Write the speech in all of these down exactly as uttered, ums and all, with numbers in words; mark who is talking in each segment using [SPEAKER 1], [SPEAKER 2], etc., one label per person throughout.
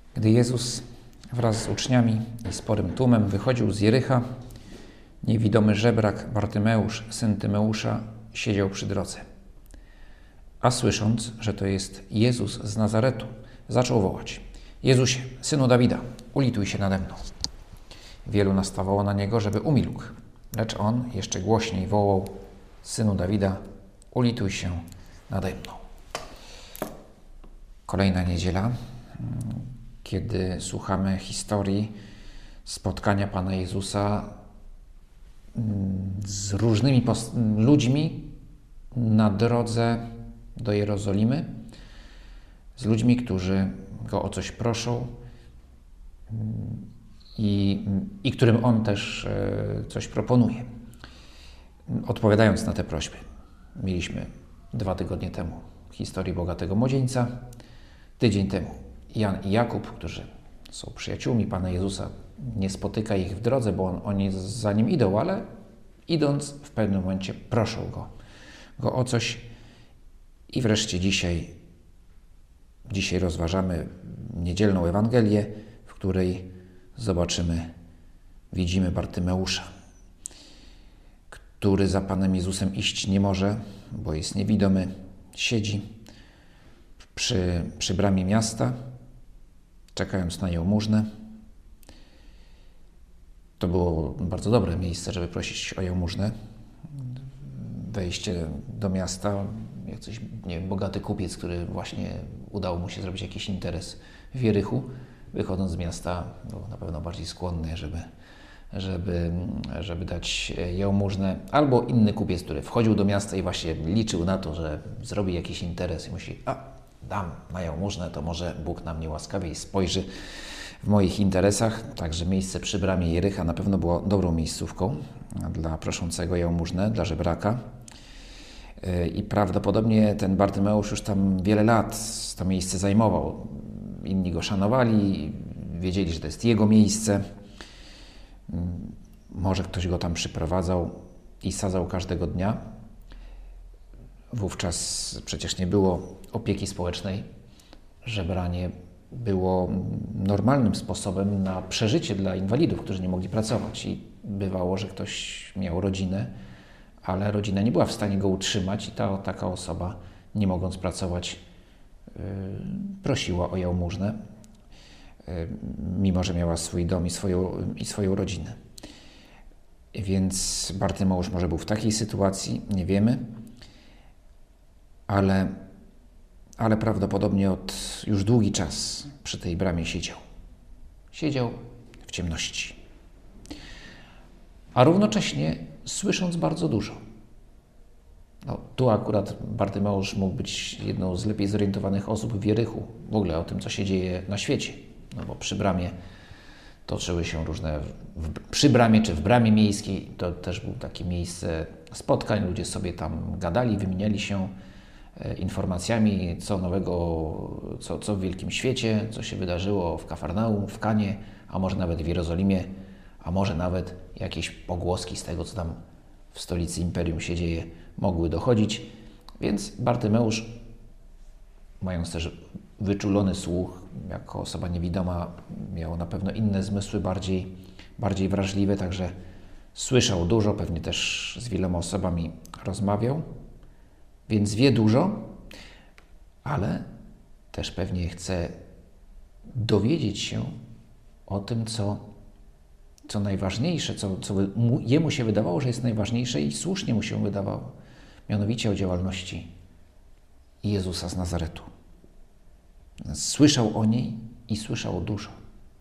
[SPEAKER 1] Gdy Jezus wraz z uczniami i sporym tłumem wychodził z Jericha, niewidomy żebrak Bartymeusz, syn Tymeusza, siedział przy drodze. A słysząc, że to jest Jezus z Nazaretu, zaczął wołać: Jezusie, synu Dawida, ulituj się nade mną. Wielu nastawało na niego, żeby umilkł, lecz on jeszcze głośniej wołał: synu Dawida, ulituj się nade mną. Kolejna niedziela, kiedy słuchamy historii spotkania Pana Jezusa z różnymi ludźmi na drodze do Jerozolimy, z ludźmi, którzy Go o coś proszą i, i którym On też coś proponuje. Odpowiadając na te prośby, mieliśmy dwa tygodnie temu historię bogatego młodzieńca, tydzień temu Jan i Jakub, którzy są przyjaciółmi Pana Jezusa. Nie spotyka ich w drodze, bo on, oni za Nim idą, ale idąc w pewnym momencie proszą Go, Go o coś. I wreszcie dzisiaj, dzisiaj rozważamy niedzielną Ewangelię, w której zobaczymy, widzimy Bartymeusza, który za Panem Jezusem iść nie może, bo jest niewidomy, siedzi przy, przy bramie miasta, czekając na jałmużnę. To było bardzo dobre miejsce, żeby prosić o jałmużnę. Wejście do miasta, jakiś, nie wiem, bogaty kupiec, który właśnie udało mu się zrobić jakiś interes w Jerichu, wychodząc z miasta, był na pewno bardziej skłonny, żeby, żeby, żeby dać jałmużnę. Albo inny kupiec, który wchodził do miasta i właśnie liczył na to, że zrobi jakiś interes i myśli: a, dam na jałmużnę, to może Bóg na mnie łaskawiej spojrzy w moich interesach. Także miejsce przy bramie Jericha na pewno było dobrą miejscówką dla proszącego jałmużnę, dla żebraka. I prawdopodobnie ten Bartymeusz już tam wiele lat to miejsce zajmował. Inni go szanowali, wiedzieli, że to jest jego miejsce. Może ktoś go tam przyprowadzał i sadzał każdego dnia. Wówczas przecież nie było opieki społecznej. Żebranie było normalnym sposobem na przeżycie dla inwalidów, którzy nie mogli pracować. I bywało, że ktoś miał rodzinę, ale rodzina nie była w stanie go utrzymać i ta taka osoba, nie mogąc pracować, yy, prosiła o jałmużnę, yy, mimo że miała swój dom i swoją, i swoją rodzinę. Więc Bartymeusz może był w takiej sytuacji, nie wiemy, ale, ale prawdopodobnie od już długi czas przy tej bramie siedział. Siedział w ciemności. A równocześnie słysząc bardzo dużo. No, tu akurat Bartymeusz mógł być jedną z lepiej zorientowanych osób w Jerichu, w ogóle o tym, co się dzieje na świecie. No bo przy bramie toczyły się różne, w, przy bramie czy w bramie miejskiej, to też było takie miejsce spotkań, ludzie sobie tam gadali, wymieniali się e, informacjami, co nowego, co, co w wielkim świecie, co się wydarzyło w Kafarnaum, w Kanie, a może nawet w Jerozolimie, a może nawet jakieś pogłoski z tego, co tam w stolicy imperium się dzieje, mogły dochodzić. Więc Bartymeusz, mając też wyczulony słuch, jako osoba niewidoma, miał na pewno inne zmysły, bardziej, bardziej wrażliwe, także słyszał dużo, pewnie też z wieloma osobami rozmawiał, więc wie dużo, ale też pewnie chce dowiedzieć się o tym, co co najważniejsze, co, co mu, jemu się wydawało, że jest najważniejsze i słusznie mu się wydawało, mianowicie o działalności Jezusa z Nazaretu. Słyszał o niej i słyszał dużo.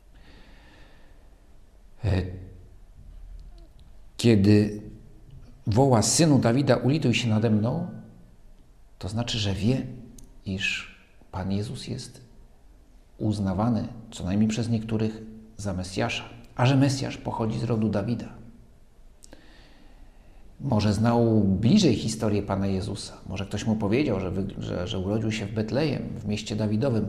[SPEAKER 1] Kiedy woła: synu Dawida, ulituj się nade mną, to znaczy, że wie, iż Pan Jezus jest uznawany, co najmniej przez niektórych, za Mesjasza, a że Mesjasz pochodzi z rodu Dawida. Może znał bliżej historię Pana Jezusa. Może ktoś mu powiedział, że, że, że urodził się w Betlejem, w mieście Dawidowym.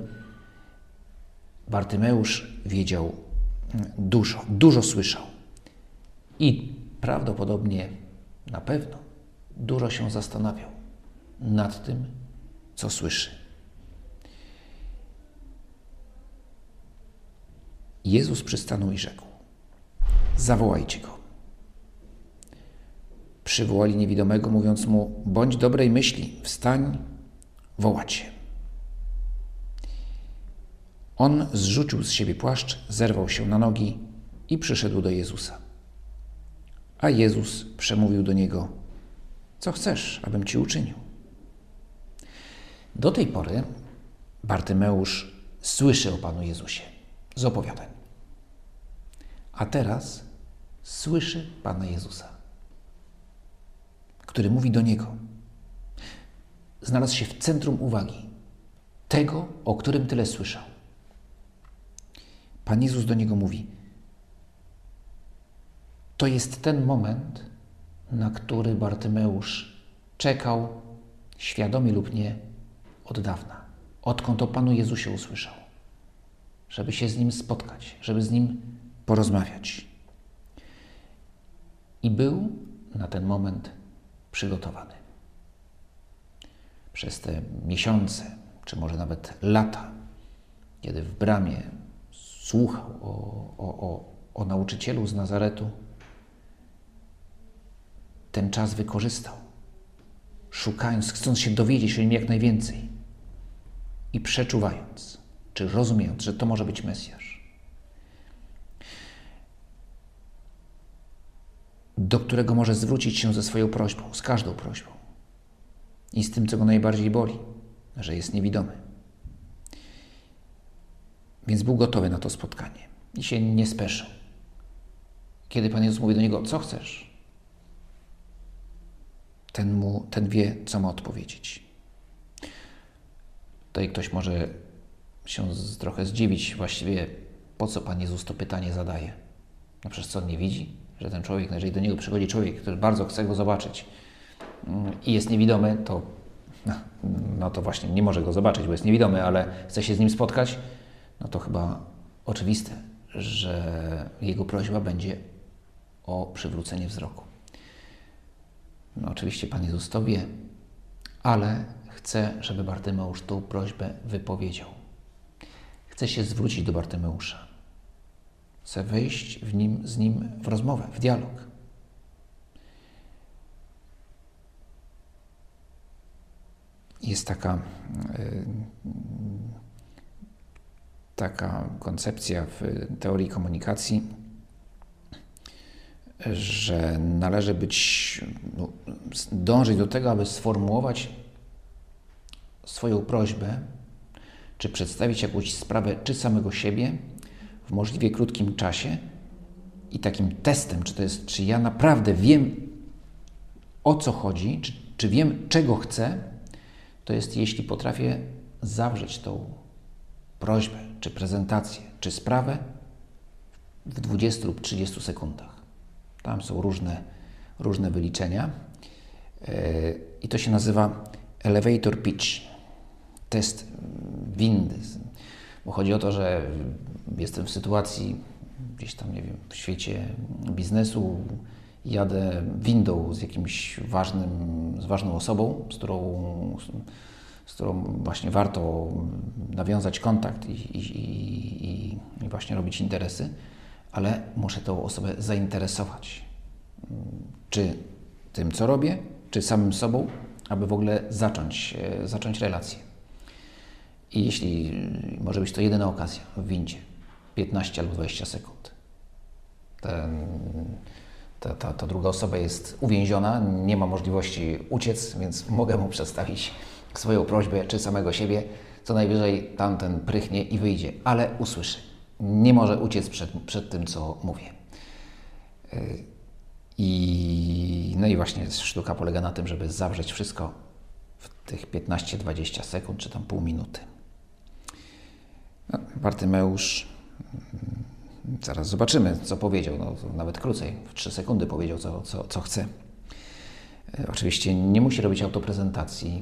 [SPEAKER 1] Bartymeusz wiedział dużo, dużo słyszał. I prawdopodobnie, na pewno, dużo się zastanawiał nad tym, co słyszy. Jezus przystanął i rzekł: zawołajcie go. Przywołali niewidomego, mówiąc mu: bądź dobrej myśli, wstań, wołać się. On zrzucił z siebie płaszcz, zerwał się na nogi i przyszedł do Jezusa. A Jezus przemówił do niego: co chcesz, abym ci uczynił? Do tej pory Bartymeusz słyszy o Panu Jezusie z opowiadań. A teraz słyszy Pana Jezusa, który mówi do niego. Znalazł się w centrum uwagi tego, o którym tyle słyszał. Pan Jezus do niego mówi: to jest ten moment, na który Bartymeusz czekał, świadomie lub nie, od dawna, odkąd o Panu Jezusie usłyszał, żeby się z Nim spotkać, żeby z Nim porozmawiać. I był na ten moment przygotowany. Przez te miesiące, czy może nawet lata, kiedy w bramie słuchał o, o, o, o nauczycielu z Nazaretu, ten czas wykorzystał, szukając, chcąc się dowiedzieć o nim jak najwięcej i przeczuwając, czy rozumiejąc, że to może być Mesjasz, do którego może zwrócić się ze swoją prośbą, z każdą prośbą i z tym, co go najbardziej boli, że jest niewidomy. Więc był gotowy na to spotkanie i się nie speszył. Kiedy Pan Jezus mówi do niego: co chcesz? Ten, mu, ten wie, co ma odpowiedzieć. Tutaj ktoś może się z, trochę zdziwić właściwie, po co Pan Jezus to pytanie zadaje. No przecież co, on nie widzi? Że ten człowiek, jeżeli do niego przychodzi człowiek, który bardzo chce go zobaczyć i jest niewidomy, to no, no to właśnie nie może go zobaczyć, bo jest niewidomy, ale chce się z nim spotkać, no to chyba oczywiste, że jego prośba będzie o przywrócenie wzroku. No oczywiście Pan Jezus to wie, ale chce, żeby Bartymeusz tą prośbę wypowiedział. Chce się zwrócić do Bartymeusza. Chce wejść w nim, z nim w rozmowę, w dialog. Jest taka, yy, taka koncepcja w teorii komunikacji, że należy być, no, dążyć do tego, aby sformułować swoją prośbę, czy przedstawić jakąś sprawę, czy samego siebie w możliwie krótkim czasie i takim testem, czy to jest, czy ja naprawdę wiem, o co chodzi, czy, czy wiem, czego chcę, to jest, jeśli potrafię zawrzeć tą prośbę, czy prezentację, czy sprawę w dwudziestu lub trzydziestu sekundach. Tam są różne, różne wyliczenia yy, i to się nazywa elevator pitch, test windy, bo chodzi o to, że jestem w sytuacji gdzieś tam, nie wiem, w świecie biznesu, jadę windą z jakimś ważnym, z ważną osobą, z którą, z którą właśnie warto nawiązać kontakt i, i, i, i właśnie robić interesy, ale muszę tą osobę zainteresować. Czy tym, co robię, czy samym sobą, aby w ogóle zacząć, zacząć relację. I jeśli może być to jedyna okazja w windzie, piętnaście albo dwadzieścia sekund, ten, ta, ta, ta druga osoba jest uwięziona, nie ma możliwości uciec, więc mogę mu przedstawić swoją prośbę, czy samego siebie, co najwyżej tamten prychnie i wyjdzie, ale usłyszy. Nie może uciec przed, przed tym, co mówię. I, no i właśnie sztuka polega na tym, żeby zawrzeć wszystko w tych piętnaście dwadzieścia sekund, czy tam pół minuty. No, Bartymeusz, zaraz zobaczymy, co powiedział, no, nawet krócej, w trzy sekundy powiedział, co, co, co chce. Oczywiście nie musi robić autoprezentacji.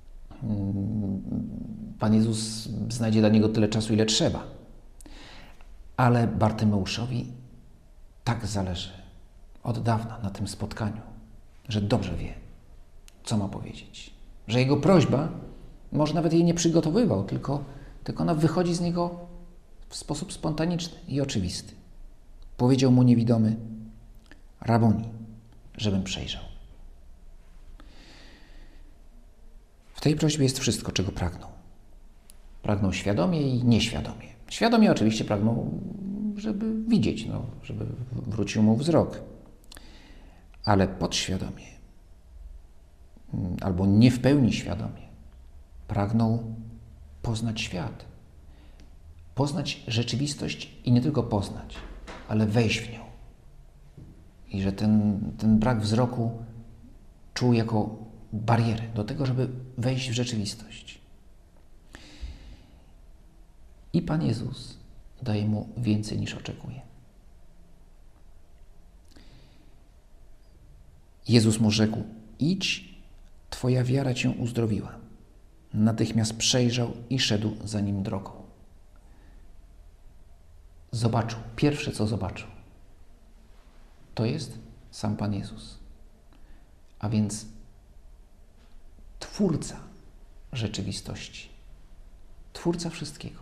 [SPEAKER 1] Pan Jezus znajdzie dla niego tyle czasu, ile trzeba. Ale Bartymeuszowi tak zależy od dawna na tym spotkaniu, że dobrze wie, co ma powiedzieć. Że jego prośba, może nawet jej nie przygotowywał, tylko, tylko ona wychodzi z niego w sposób spontaniczny i oczywisty. Powiedział mu niewidomy: Rabuni, żebym przejrzał. W tej prośbie jest wszystko, czego pragnął. Pragnął świadomie i nieświadomie. Świadomie oczywiście pragnął, żeby widzieć, no, żeby wrócił mu wzrok. Ale podświadomie, albo nie w pełni świadomie, pragnął poznać świat. Poznać rzeczywistość i nie tylko poznać, ale wejść w nią. I że ten, ten brak wzroku czuł jako barierę do tego, żeby wejść w rzeczywistość. I Pan Jezus daje mu więcej niż oczekuje. Jezus mu rzekł: idź, twoja wiara cię uzdrowiła. Natychmiast przejrzał i szedł za nim drogą. Zobaczył, pierwsze co zobaczył, to jest sam Pan Jezus. A więc Twórca rzeczywistości. Twórca wszystkiego.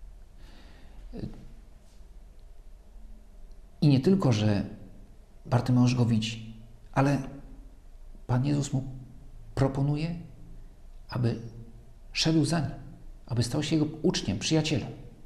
[SPEAKER 1] I nie tylko, że Bartymeusz go widzi, ale Pan Jezus mu proponuje, aby szedł za nim, aby stał się jego uczniem, przyjacielem.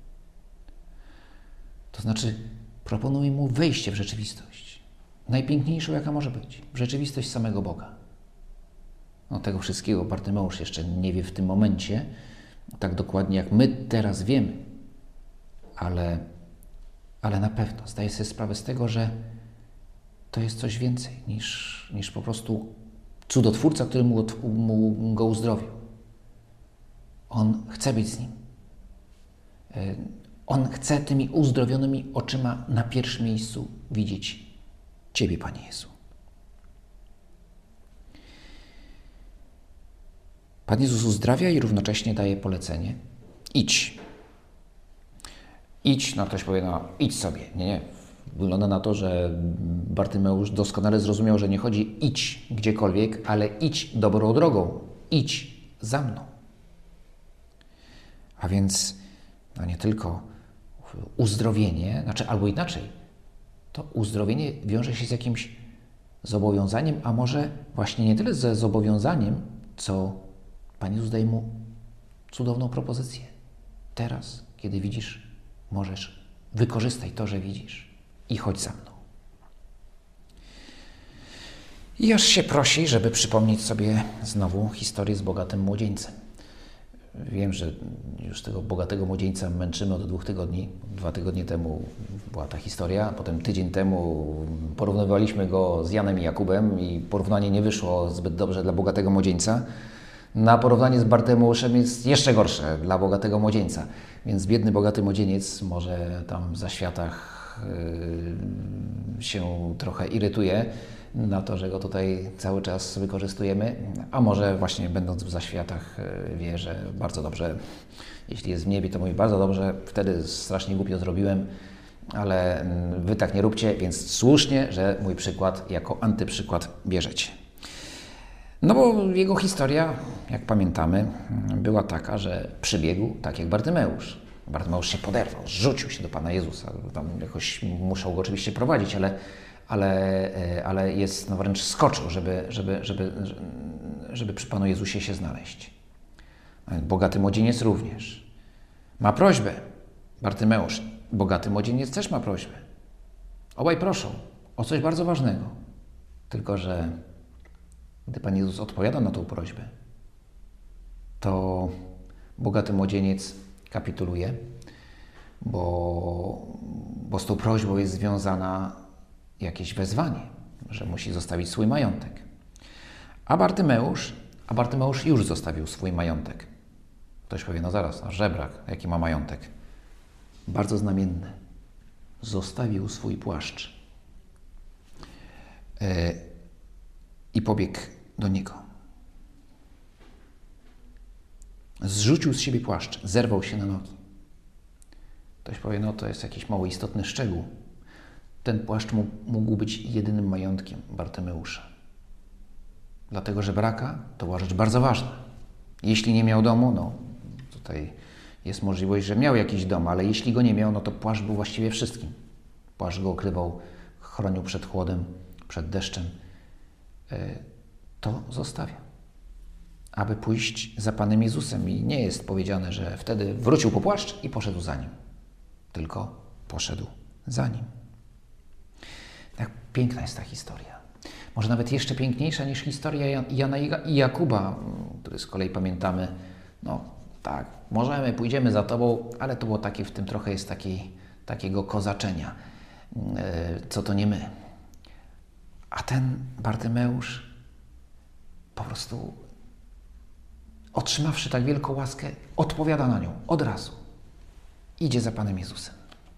[SPEAKER 1] To znaczy proponuje mu wejście w rzeczywistość. Najpiękniejszą, jaka może być. W rzeczywistość samego Boga. No, tego wszystkiego Bartymeusz jeszcze nie wie w tym momencie, tak dokładnie jak my teraz wiemy. Ale, ale na pewno zdaje sobie sprawę z tego, że to jest coś więcej niż, niż po prostu cudotwórca, który mu, mu go uzdrowił. On chce być z nim. On chce tymi uzdrowionymi oczyma na pierwszym miejscu widzieć Ciebie, Panie Jezu. Pan Jezus uzdrawia i równocześnie daje polecenie: idź. Idź, no ktoś powie, no idź sobie. Nie, nie. Wygląda na to, że Bartymeusz doskonale zrozumiał, że nie chodzi idź gdziekolwiek, ale idź dobrą drogą. Idź za mną. A więc no nie tylko uzdrowienie, znaczy albo inaczej, to uzdrowienie wiąże się z jakimś zobowiązaniem, a może właśnie nie tyle ze zobowiązaniem, co Pan Jezus daje mu cudowną propozycję. Teraz, kiedy widzisz, możesz, wykorzystaj to, że widzisz i chodź za mną. I aż się prosi, żeby przypomnieć sobie znowu historię z bogatym młodzieńcem. Wiem, że już tego bogatego młodzieńca męczymy od dwóch tygodni. Dwa tygodnie temu była ta historia, potem tydzień temu porównywaliśmy go z Janem i Jakubem i porównanie nie wyszło zbyt dobrze dla bogatego młodzieńca. Na porównanie z Bartymeuszem jest jeszcze gorsze dla bogatego młodzieńca. Więc biedny, bogaty młodzieniec może tam w zaświatach yy, się trochę irytuje na to, że go tutaj cały czas wykorzystujemy, a może właśnie będąc w zaświatach wie, że bardzo dobrze, jeśli jest w niebie, to mówi bardzo dobrze, wtedy strasznie głupio zrobiłem, ale wy tak nie róbcie, więc słusznie, że mój przykład jako antyprzykład bierzecie. No bo jego historia, jak pamiętamy, była taka, że przybiegł tak jak Bartymeusz. Bartymeusz się poderwał, rzucił się do Pana Jezusa. Tam jakoś muszą go oczywiście prowadzić, ale, ale, ale jest, no wręcz skoczył, żeby, żeby, żeby, żeby przy Panu Jezusie się znaleźć. Bogaty młodzieniec również. Ma prośbę. Bartymeusz, bogaty młodzieniec też ma prośbę. Obaj proszą o coś bardzo ważnego. Tylko że gdy Pan Jezus odpowiada na tą prośbę, to bogaty młodzieniec kapituluje, bo, bo z tą prośbą jest związana jakieś wezwanie, że musi zostawić swój majątek. A Bartymeusz, a Bartymeusz już zostawił swój majątek. Ktoś powie, no zaraz, no żebrak, jaki ma majątek? Bardzo znamienne. Zostawił swój płaszcz yy, i pobiegł do Niego. Zrzucił z siebie płaszcz, zerwał się na nogi. Ktoś powie, no to jest jakiś mało istotny szczegół. Ten płaszcz mógł, mógł być jedynym majątkiem Bartymeusza. Dlatego, że braka to była rzecz bardzo ważna. Jeśli nie miał domu, no tutaj Jest możliwość, że miał jakiś dom, ale jeśli go nie miał, no to płaszcz był właściwie wszystkim. Płaszcz go okrywał, chronił przed chłodem, przed deszczem. To zostawia, aby pójść za Panem Jezusem. I nie jest powiedziane, że wtedy wrócił po płaszcz i poszedł za Nim, tylko poszedł za Nim. Tak piękna jest ta historia. Może nawet jeszcze piękniejsza niż historia Jana i Jakuba, który z kolei pamiętamy, no tak, możemy, pójdziemy za Tobą, ale to było takie, w tym trochę jest taki, takiego kozaczenia, co to nie my. A ten Bartymeusz po prostu, otrzymawszy tak wielką łaskę, odpowiada na nią od razu. Idzie za Panem Jezusem.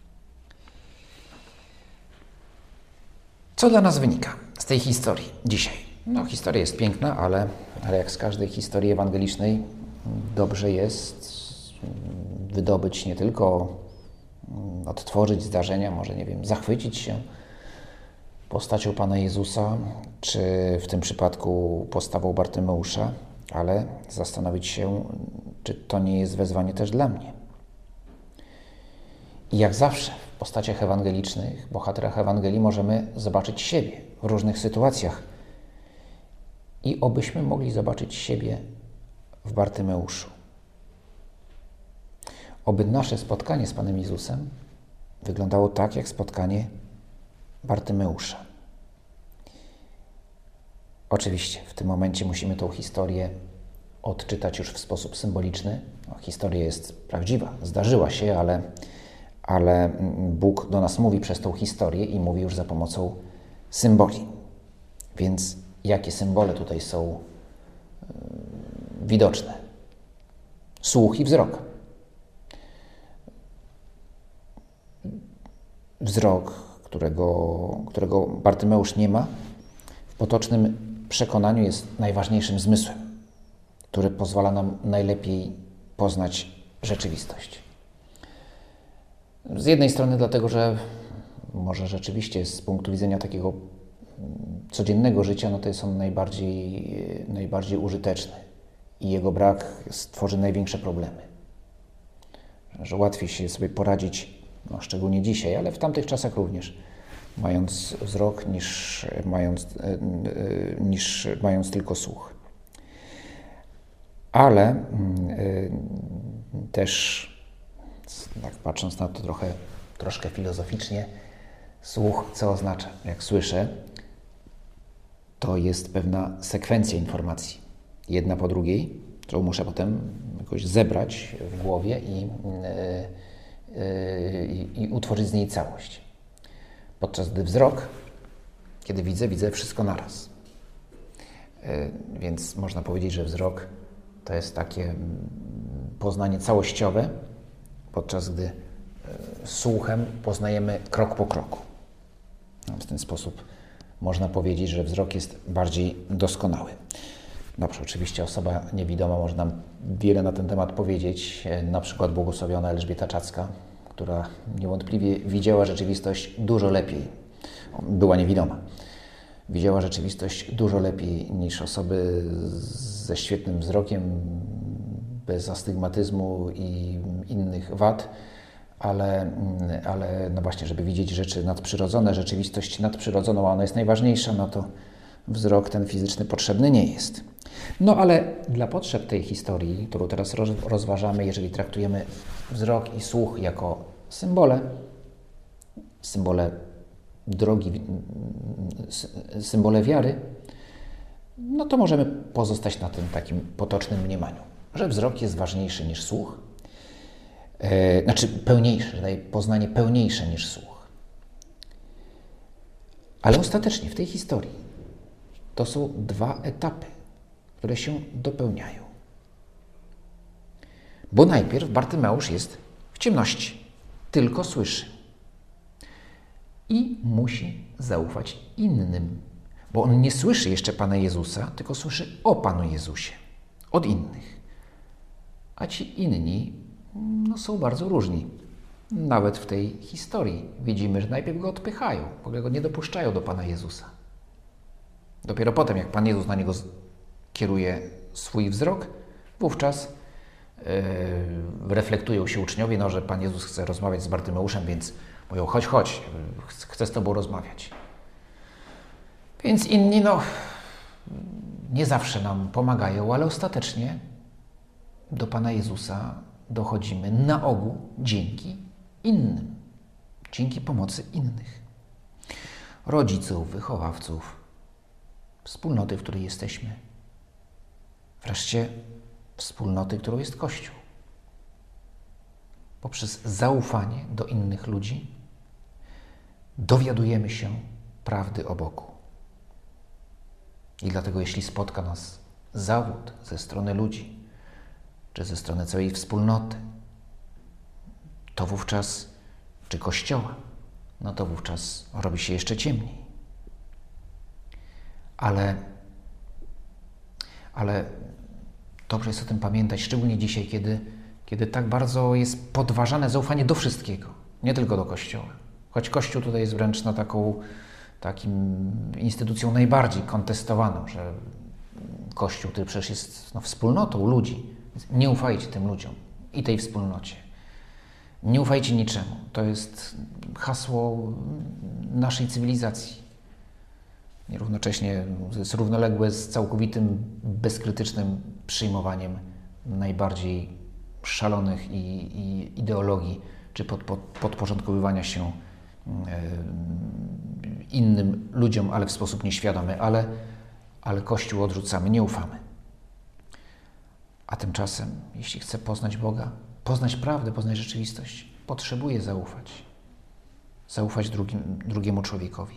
[SPEAKER 1] Co dla nas wynika z tej historii dzisiaj? No, historia jest piękna, ale, ale jak z każdej historii ewangelicznej dobrze jest wydobyć nie tylko, odtworzyć zdarzenia, może, nie wiem, zachwycić się postacią Pana Jezusa, czy w tym przypadku postawą Bartymeusza, ale zastanowić się, czy to nie jest wezwanie też dla mnie. I jak zawsze w postaciach ewangelicznych, bohaterach Ewangelii możemy zobaczyć siebie w różnych sytuacjach. I obyśmy mogli zobaczyć siebie w Bartymeuszu. Oby nasze spotkanie z Panem Jezusem wyglądało tak, jak spotkanie Bartymeusza. Oczywiście w tym momencie musimy tą historię odczytać już w sposób symboliczny. No, historia jest prawdziwa, zdarzyła się, ale, ale Bóg do nas mówi przez tą historię i mówi już za pomocą symboli. Więc jakie symbole tutaj są yy, widoczne? Słuch i wzrok. Wzrok, którego, którego Bartymeusz nie ma, w potocznym przekonaniu jest najważniejszym zmysłem, który pozwala nam najlepiej poznać rzeczywistość. Z jednej strony dlatego, że może rzeczywiście z punktu widzenia takiego codziennego życia, no to jest on najbardziej, najbardziej użyteczny i jego brak stworzy największe problemy. Że łatwiej się sobie poradzić, no szczególnie dzisiaj, ale w tamtych czasach również, mając wzrok niż mając, niż mając tylko słuch. Ale yy, też, tak patrząc na to trochę, troszkę filozoficznie, słuch co oznacza? Jak słyszę, to jest pewna sekwencja informacji, jedna po drugiej, którą muszę potem jakoś zebrać w głowie i, yy, yy, i utworzyć z niej całość. Podczas gdy wzrok, kiedy widzę, widzę wszystko naraz. Yy, więc można powiedzieć, że wzrok to jest takie poznanie całościowe, podczas gdy yy, słuchem poznajemy krok po kroku. No, w ten sposób można powiedzieć, że wzrok jest bardziej doskonały. Dobrze, oczywiście osoba niewidoma może nam wiele na ten temat powiedzieć, na przykład błogosławiona Elżbieta Czacka, która niewątpliwie widziała rzeczywistość dużo lepiej. Była niewidoma. Widziała rzeczywistość dużo lepiej niż osoby ze świetnym wzrokiem, bez astygmatyzmu i innych wad, ale, ale no właśnie, żeby widzieć rzeczy nadprzyrodzone, rzeczywistość nadprzyrodzoną, a ona jest najważniejsza, no to wzrok ten fizyczny potrzebny nie jest. No ale dla potrzeb tej historii, którą teraz rozważamy, jeżeli traktujemy wzrok i słuch jako symbole, symbole drogi, symbole wiary, no to możemy pozostać na tym takim potocznym mniemaniu, że wzrok jest ważniejszy niż słuch, yy, znaczy pełniejszy, że daje poznanie pełniejsze niż słuch. Ale ostatecznie w tej historii to są dwa etapy, które się dopełniają. Bo najpierw Bartymeusz jest w ciemności, tylko słyszy. I musi zaufać innym, bo on nie słyszy jeszcze Pana Jezusa, tylko słyszy o Panu Jezusie, od innych. A ci inni no, są bardzo różni. Nawet w tej historii widzimy, że najpierw go odpychają, w ogóle go nie dopuszczają do Pana Jezusa. Dopiero potem, jak Pan Jezus na niego kieruje swój wzrok, wówczas reflektują się uczniowie, no, że Pan Jezus chce rozmawiać z Bartymeuszem, więc mówią, chodź, chodź, chcę z Tobą rozmawiać. Więc inni, no, nie zawsze nam pomagają, ale ostatecznie do Pana Jezusa dochodzimy na ogół dzięki innym, dzięki pomocy innych. Rodziców, wychowawców, wspólnoty, w której jesteśmy. Wreszcie wspólnoty, którą jest Kościół. Poprzez zaufanie do innych ludzi dowiadujemy się prawdy o Bogu. I dlatego jeśli spotka nas zawód ze strony ludzi, czy ze strony całej wspólnoty, to wówczas, czy Kościoła, no to wówczas robi się jeszcze ciemniej. Ale, ale dobrze jest o tym pamiętać, szczególnie dzisiaj, kiedy, kiedy tak bardzo jest podważane zaufanie do wszystkiego, nie tylko do Kościoła. Choć Kościół tutaj jest wręcz na taką, takim instytucją najbardziej kontestowaną, że Kościół, który przecież jest no, wspólnotą ludzi, więc nie ufajcie tym ludziom i tej wspólnocie. Nie ufajcie niczemu. To jest hasło naszej cywilizacji. I równocześnie jest równoległe z całkowitym, bezkrytycznym przyjmowaniem najbardziej szalonych i, i ideologii, czy pod, pod, podporządkowywania się y, innym ludziom, ale w sposób nieświadomy, ale, ale Kościół odrzucamy, nie ufamy. A tymczasem, jeśli chce poznać Boga, poznać prawdę, poznać rzeczywistość, potrzebuje zaufać. Zaufać drugim, drugiemu człowiekowi.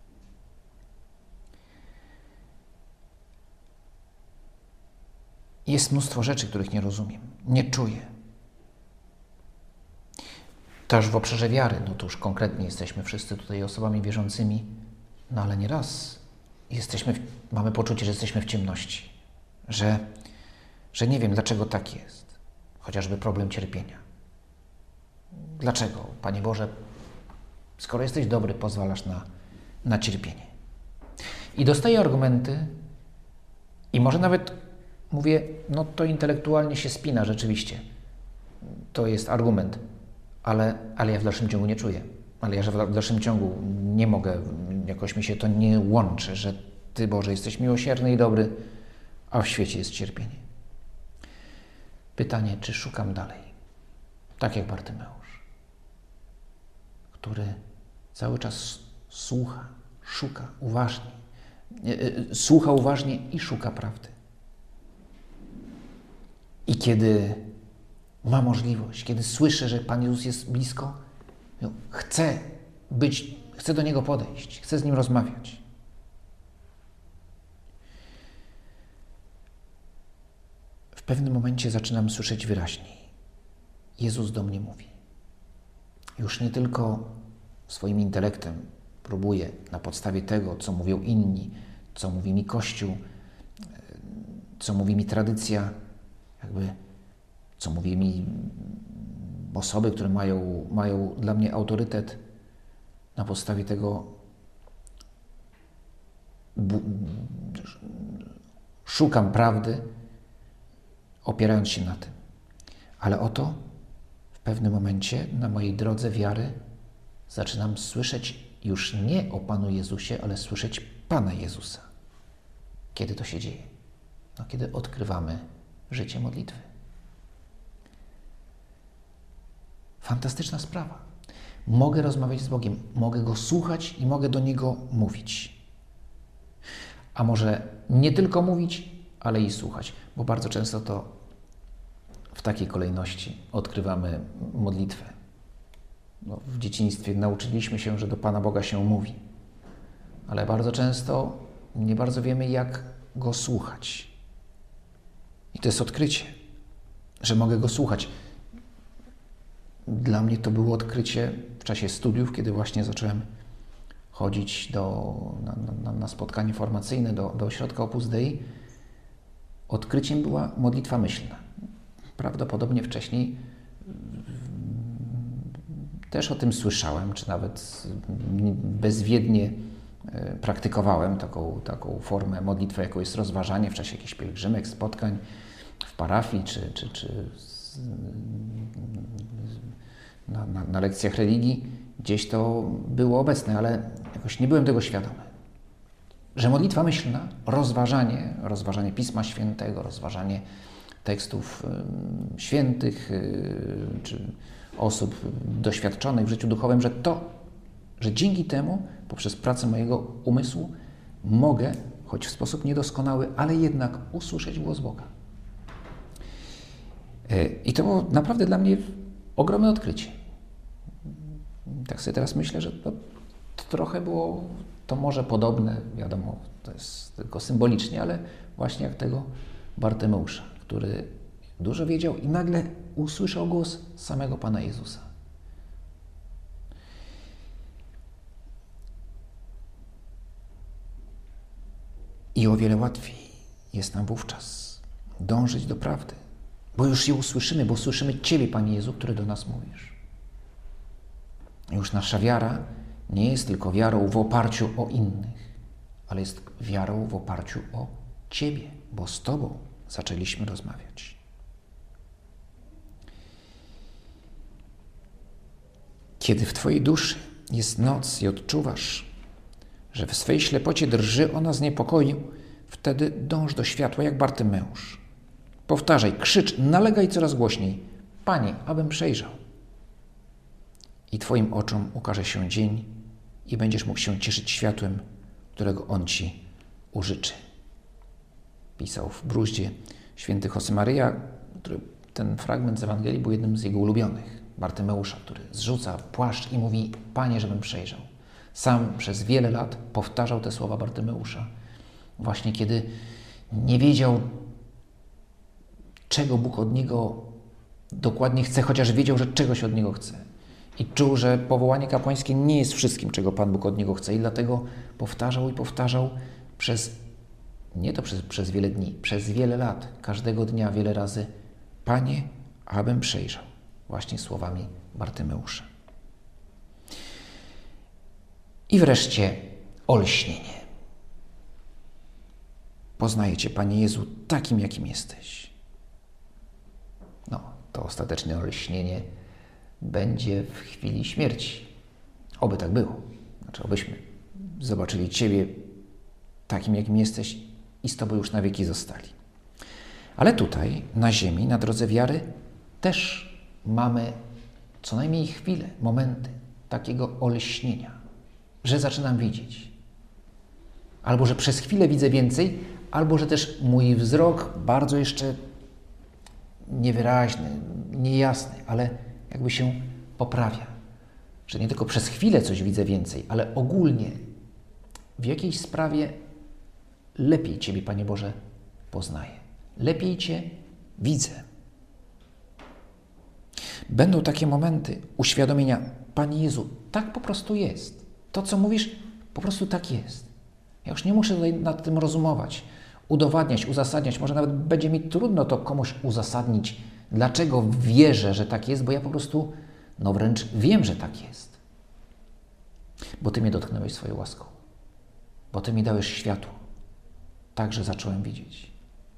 [SPEAKER 1] Jest mnóstwo rzeczy, których nie rozumiem, nie czuję. Też w obszarze wiary, no to już konkretnie jesteśmy wszyscy tutaj osobami wierzącymi, no ale nieraz jesteśmy, w, mamy poczucie, że jesteśmy w ciemności, że, że nie wiem, dlaczego tak jest. Chociażby problem cierpienia. Dlaczego, Panie Boże, skoro jesteś dobry, pozwalasz na, na cierpienie? I dostaję argumenty i może nawet mówię, no to intelektualnie się spina rzeczywiście. To jest argument, ale, ale ja w dalszym ciągu nie czuję. Ale ja w dalszym ciągu nie mogę, jakoś mi się to nie łączy, że Ty, Boże, jesteś miłosierny i dobry, a w świecie jest cierpienie. Pytanie, czy szukam dalej? Tak jak Bartymeusz, który cały czas słucha, szuka uważnie, słucha uważnie i szuka prawdy. I kiedy ma możliwość, kiedy słyszy, że Pan Jezus jest blisko, chce być, chce do Niego podejść, chce z Nim rozmawiać. W pewnym momencie zaczynam słyszeć wyraźniej. Jezus do mnie mówi. Już nie tylko swoim intelektem próbuję na podstawie tego, co mówią inni, co mówi mi Kościół, co mówi mi tradycja, jakby co mówi mi osoby, które mają, mają dla mnie autorytet, na podstawie tego bu- szukam prawdy, opierając się na tym. Ale oto w pewnym momencie na mojej drodze wiary zaczynam słyszeć już nie o Panu Jezusie, ale słyszeć Pana Jezusa. Kiedy to się dzieje? No, kiedy odkrywamy życie modlitwy. Fantastyczna sprawa. Mogę rozmawiać z Bogiem, mogę Go słuchać i mogę do Niego mówić. A może nie tylko mówić, ale i słuchać, bo bardzo często to w takiej kolejności odkrywamy modlitwę. No, w dzieciństwie nauczyliśmy się, że do Pana Boga się mówi, ale bardzo często nie bardzo wiemy, jak Go słuchać. I to jest odkrycie, że mogę Go słuchać. Dla mnie to było odkrycie w czasie studiów, kiedy właśnie zacząłem chodzić do, na, na, na spotkanie formacyjne do, do ośrodka Opus Dei. Odkryciem była modlitwa myślna. Prawdopodobnie wcześniej też o tym słyszałem, czy nawet bezwiednie praktykowałem taką, taką formę modlitwy, jaką jest rozważanie w czasie jakichś pielgrzymek, spotkań, w parafii, czy, czy, czy na, na, na lekcjach religii, gdzieś to było obecne, ale jakoś nie byłem tego świadomy. Że modlitwa myślna, rozważanie, rozważanie Pisma Świętego, rozważanie tekstów y, świętych y, czy osób doświadczonych w życiu duchowym, że to, że dzięki temu, poprzez pracę mojego umysłu, mogę, choć w sposób niedoskonały, ale jednak usłyszeć głos Boga. Y, I to było naprawdę dla mnie ogromne odkrycie. Tak sobie teraz myślę, że to, to trochę było to może podobne, wiadomo, to jest tylko symbolicznie, ale właśnie jak tego Bartymeusza, który dużo wiedział i nagle usłyszał głos samego Pana Jezusa. I o wiele łatwiej jest nam wówczas dążyć do prawdy, bo już je usłyszymy, bo słyszymy Ciebie, Panie Jezu, który do nas mówisz. Już nasza wiara nie jest tylko wiarą w oparciu o innych, ale jest wiarą w oparciu o Ciebie, bo z Tobą zaczęliśmy rozmawiać. Kiedy w Twojej duszy jest noc i odczuwasz, że w swej ślepocie drży ona z niepokoju, wtedy dąż do światła jak Bartymeusz. Powtarzaj, krzycz, nalegaj coraz głośniej. Panie, abym przejrzał. I Twoim oczom ukaże się dzień i będziesz mógł się cieszyć światłem, którego On Ci użyczy. Pisał w Bruździe święty Josemaria, który ten fragment z Ewangelii był jednym z jego ulubionych. Bartymeusza, który zrzuca płaszcz i mówi, Panie, żebym przejrzał. Sam przez wiele lat powtarzał te słowa Bartymeusza. Właśnie kiedy nie wiedział, czego Bóg od niego dokładnie chce, chociaż wiedział, że czegoś od niego chce. I czuł, że powołanie kapłańskie nie jest wszystkim, czego Pan Bóg od niego chce. I dlatego powtarzał i powtarzał przez, nie to przez, przez wiele dni, przez wiele lat, każdego dnia wiele razy, Panie, abym przejrzał. Właśnie słowami Bartymeusza. I wreszcie olśnienie. Poznaję Cię, Panie Jezu, takim, jakim jesteś. No, to ostateczne olśnienie będzie w chwili śmierci. Oby tak było. Znaczy, obyśmy zobaczyli Ciebie takim, jakim jesteś i z Tobą już na wieki zostali. Ale tutaj, na ziemi, na drodze wiary, też mamy co najmniej chwile, momenty takiego olśnienia, że zaczynam widzieć. Albo, że przez chwilę widzę więcej, albo, że też mój wzrok bardzo jeszcze niewyraźny, niejasny, ale jakby się poprawia. Że nie tylko przez chwilę coś widzę więcej, ale ogólnie w jakiejś sprawie lepiej Ciebie, Panie Boże, poznaję. Lepiej Cię widzę. Będą takie momenty uświadomienia, Panie Jezu, tak po prostu jest. To, co mówisz, po prostu tak jest. Ja już nie muszę tutaj nad tym rozumować, udowadniać, uzasadniać. Może nawet będzie mi trudno to komuś uzasadnić, dlaczego wierzę, że tak jest, bo ja po prostu, no wręcz wiem, że tak jest. Bo Ty mnie dotknąłeś swoją łaską. Bo Ty mi dałeś światło. Tak, że zacząłem widzieć.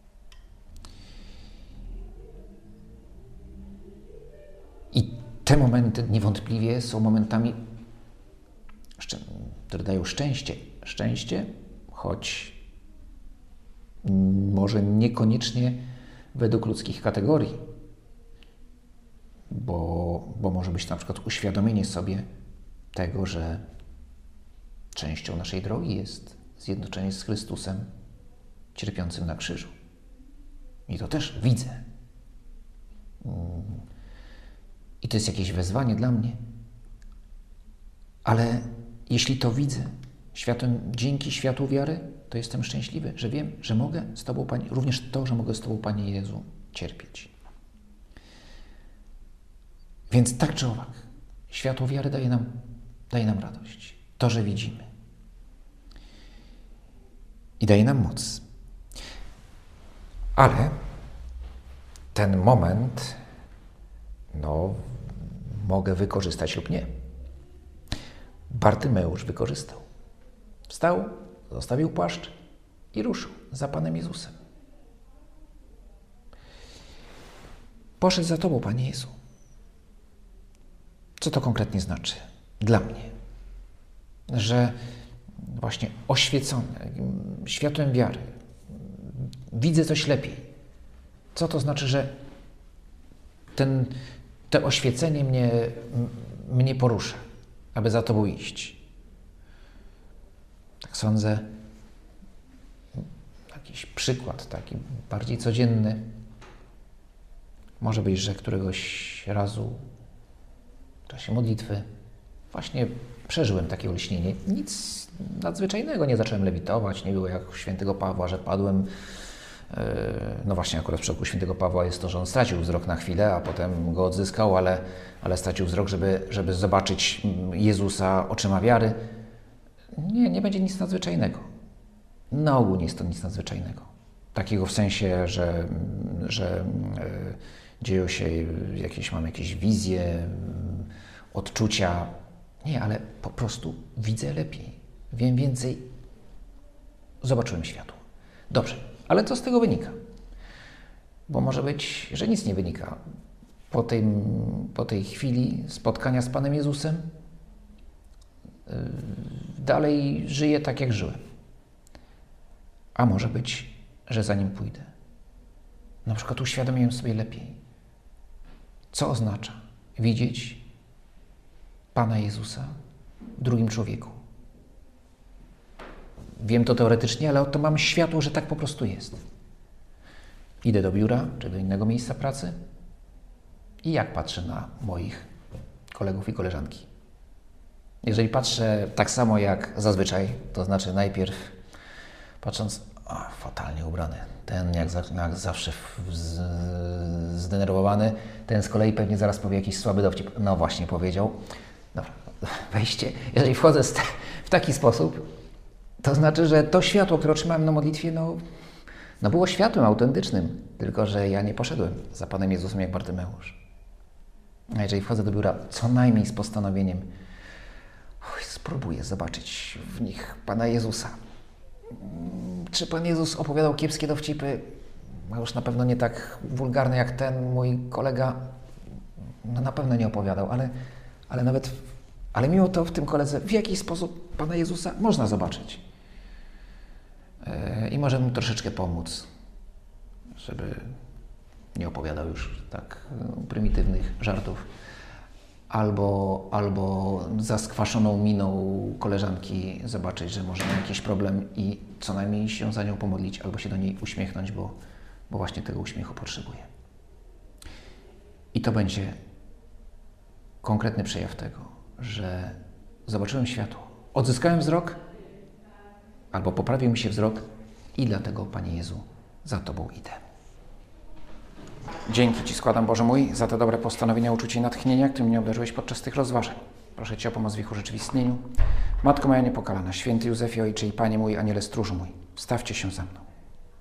[SPEAKER 1] I te momenty niewątpliwie są momentami, które dają szczęście. Szczęście, choć może niekoniecznie według ludzkich kategorii, bo, bo może być to na przykład uświadomienie sobie tego, że częścią naszej drogi jest zjednoczenie z Chrystusem cierpiącym na krzyżu. I to też widzę. I to jest jakieś wezwanie dla mnie. Ale jeśli to widzę, światłem, dzięki światłu wiary, to jestem szczęśliwy, że wiem, że mogę z Tobą, Panie, również to, że mogę z Tobą, Panie Jezu, cierpieć. Więc tak czy owak, światło wiary daje nam, daje nam radość. To, że widzimy. I daje nam moc. Ale ten moment, no, mogę wykorzystać lub nie. Bartymeusz wykorzystał. Wstał, zostawił płaszcz i ruszył za Panem Jezusem. poszedł za Tobą, Panie Jezu. Co to konkretnie znaczy dla mnie? Że właśnie oświecony, światłem wiary, widzę coś lepiej. Co to znaczy, że ten, to oświecenie mnie, mnie porusza, aby za Tobą iść? Tak sądzę, jakiś przykład taki bardziej codzienny. Może być, że któregoś razu w czasie modlitwy właśnie przeżyłem takie olśnienie. Nic nadzwyczajnego, nie zacząłem lewitować, nie było jak u świętego Pawła, że padłem. No właśnie, akurat w przypadku świętego Pawła jest to, że on stracił wzrok na chwilę, a potem go odzyskał, ale, ale stracił wzrok, żeby, żeby zobaczyć Jezusa oczyma wiary. Nie, nie będzie nic nadzwyczajnego. Na ogół nie jest to nic nadzwyczajnego. Takiego w sensie, że, że dzieją się jakieś, mam jakieś wizje, odczucia. Nie, ale po prostu widzę lepiej. Wiem więcej. Zobaczyłem światło. Dobrze, ale co z tego wynika? Bo może być, że nic nie wynika. Po tej, po tej chwili spotkania z Panem Jezusem yy, dalej żyję tak, jak żyłem. A może być, że za Nim pójdę. Na przykład uświadomiłem sobie lepiej, co oznacza widzieć Pana Jezusa w drugim człowieku. Wiem to teoretycznie, ale oto mam światło, że tak po prostu jest. Idę do biura, czy do innego miejsca pracy i jak patrzę na moich kolegów i koleżanki? Jeżeli patrzę tak samo jak zazwyczaj, to znaczy najpierw patrząc, o, fatalnie ubrany, ten jak, za, jak zawsze z, zdenerwowany, ten z kolei pewnie zaraz powie jakiś słaby dowcip. No właśnie powiedział. Dobra, wejście. Jeżeli wchodzę w taki sposób, to znaczy, że to światło, które otrzymałem na modlitwie, no, no było światłem autentycznym, tylko że ja nie poszedłem za Panem Jezusem jak Bartymeusz. A jeżeli wchodzę do biura, co najmniej z postanowieniem, oj, spróbuję zobaczyć w nich Pana Jezusa. Czy Pan Jezus opowiadał kiepskie dowcipy? No już na pewno nie tak wulgarne jak ten mój kolega. No na pewno nie opowiadał, ale, ale nawet, ale mimo to w tym koledze w jakiś sposób Pana Jezusa można zobaczyć. I może mu troszeczkę pomóc, żeby nie opowiadał już tak prymitywnych żartów. Albo, albo za skwaszoną miną koleżanki zobaczyć, że może ma jakiś problem i co najmniej się za nią pomodlić, albo się do niej uśmiechnąć, bo, bo właśnie tego uśmiechu potrzebuje. I to będzie konkretny przejaw tego, że zobaczyłem światło, odzyskałem wzrok, albo poprawił mi się wzrok i dlatego, Panie Jezu, za Tobą idę. Dzięki Ci składam, Boże mój, za te dobre postanowienia, uczucie i natchnienia, którym mnie obdarzyłeś podczas tych rozważań. Proszę Cię o pomoc w ich urzeczywistnieniu. Matko moja niepokalana, święty Józefie, Ojcze i Panie mój, Aniele stróżu mój, wstawcie się za mną.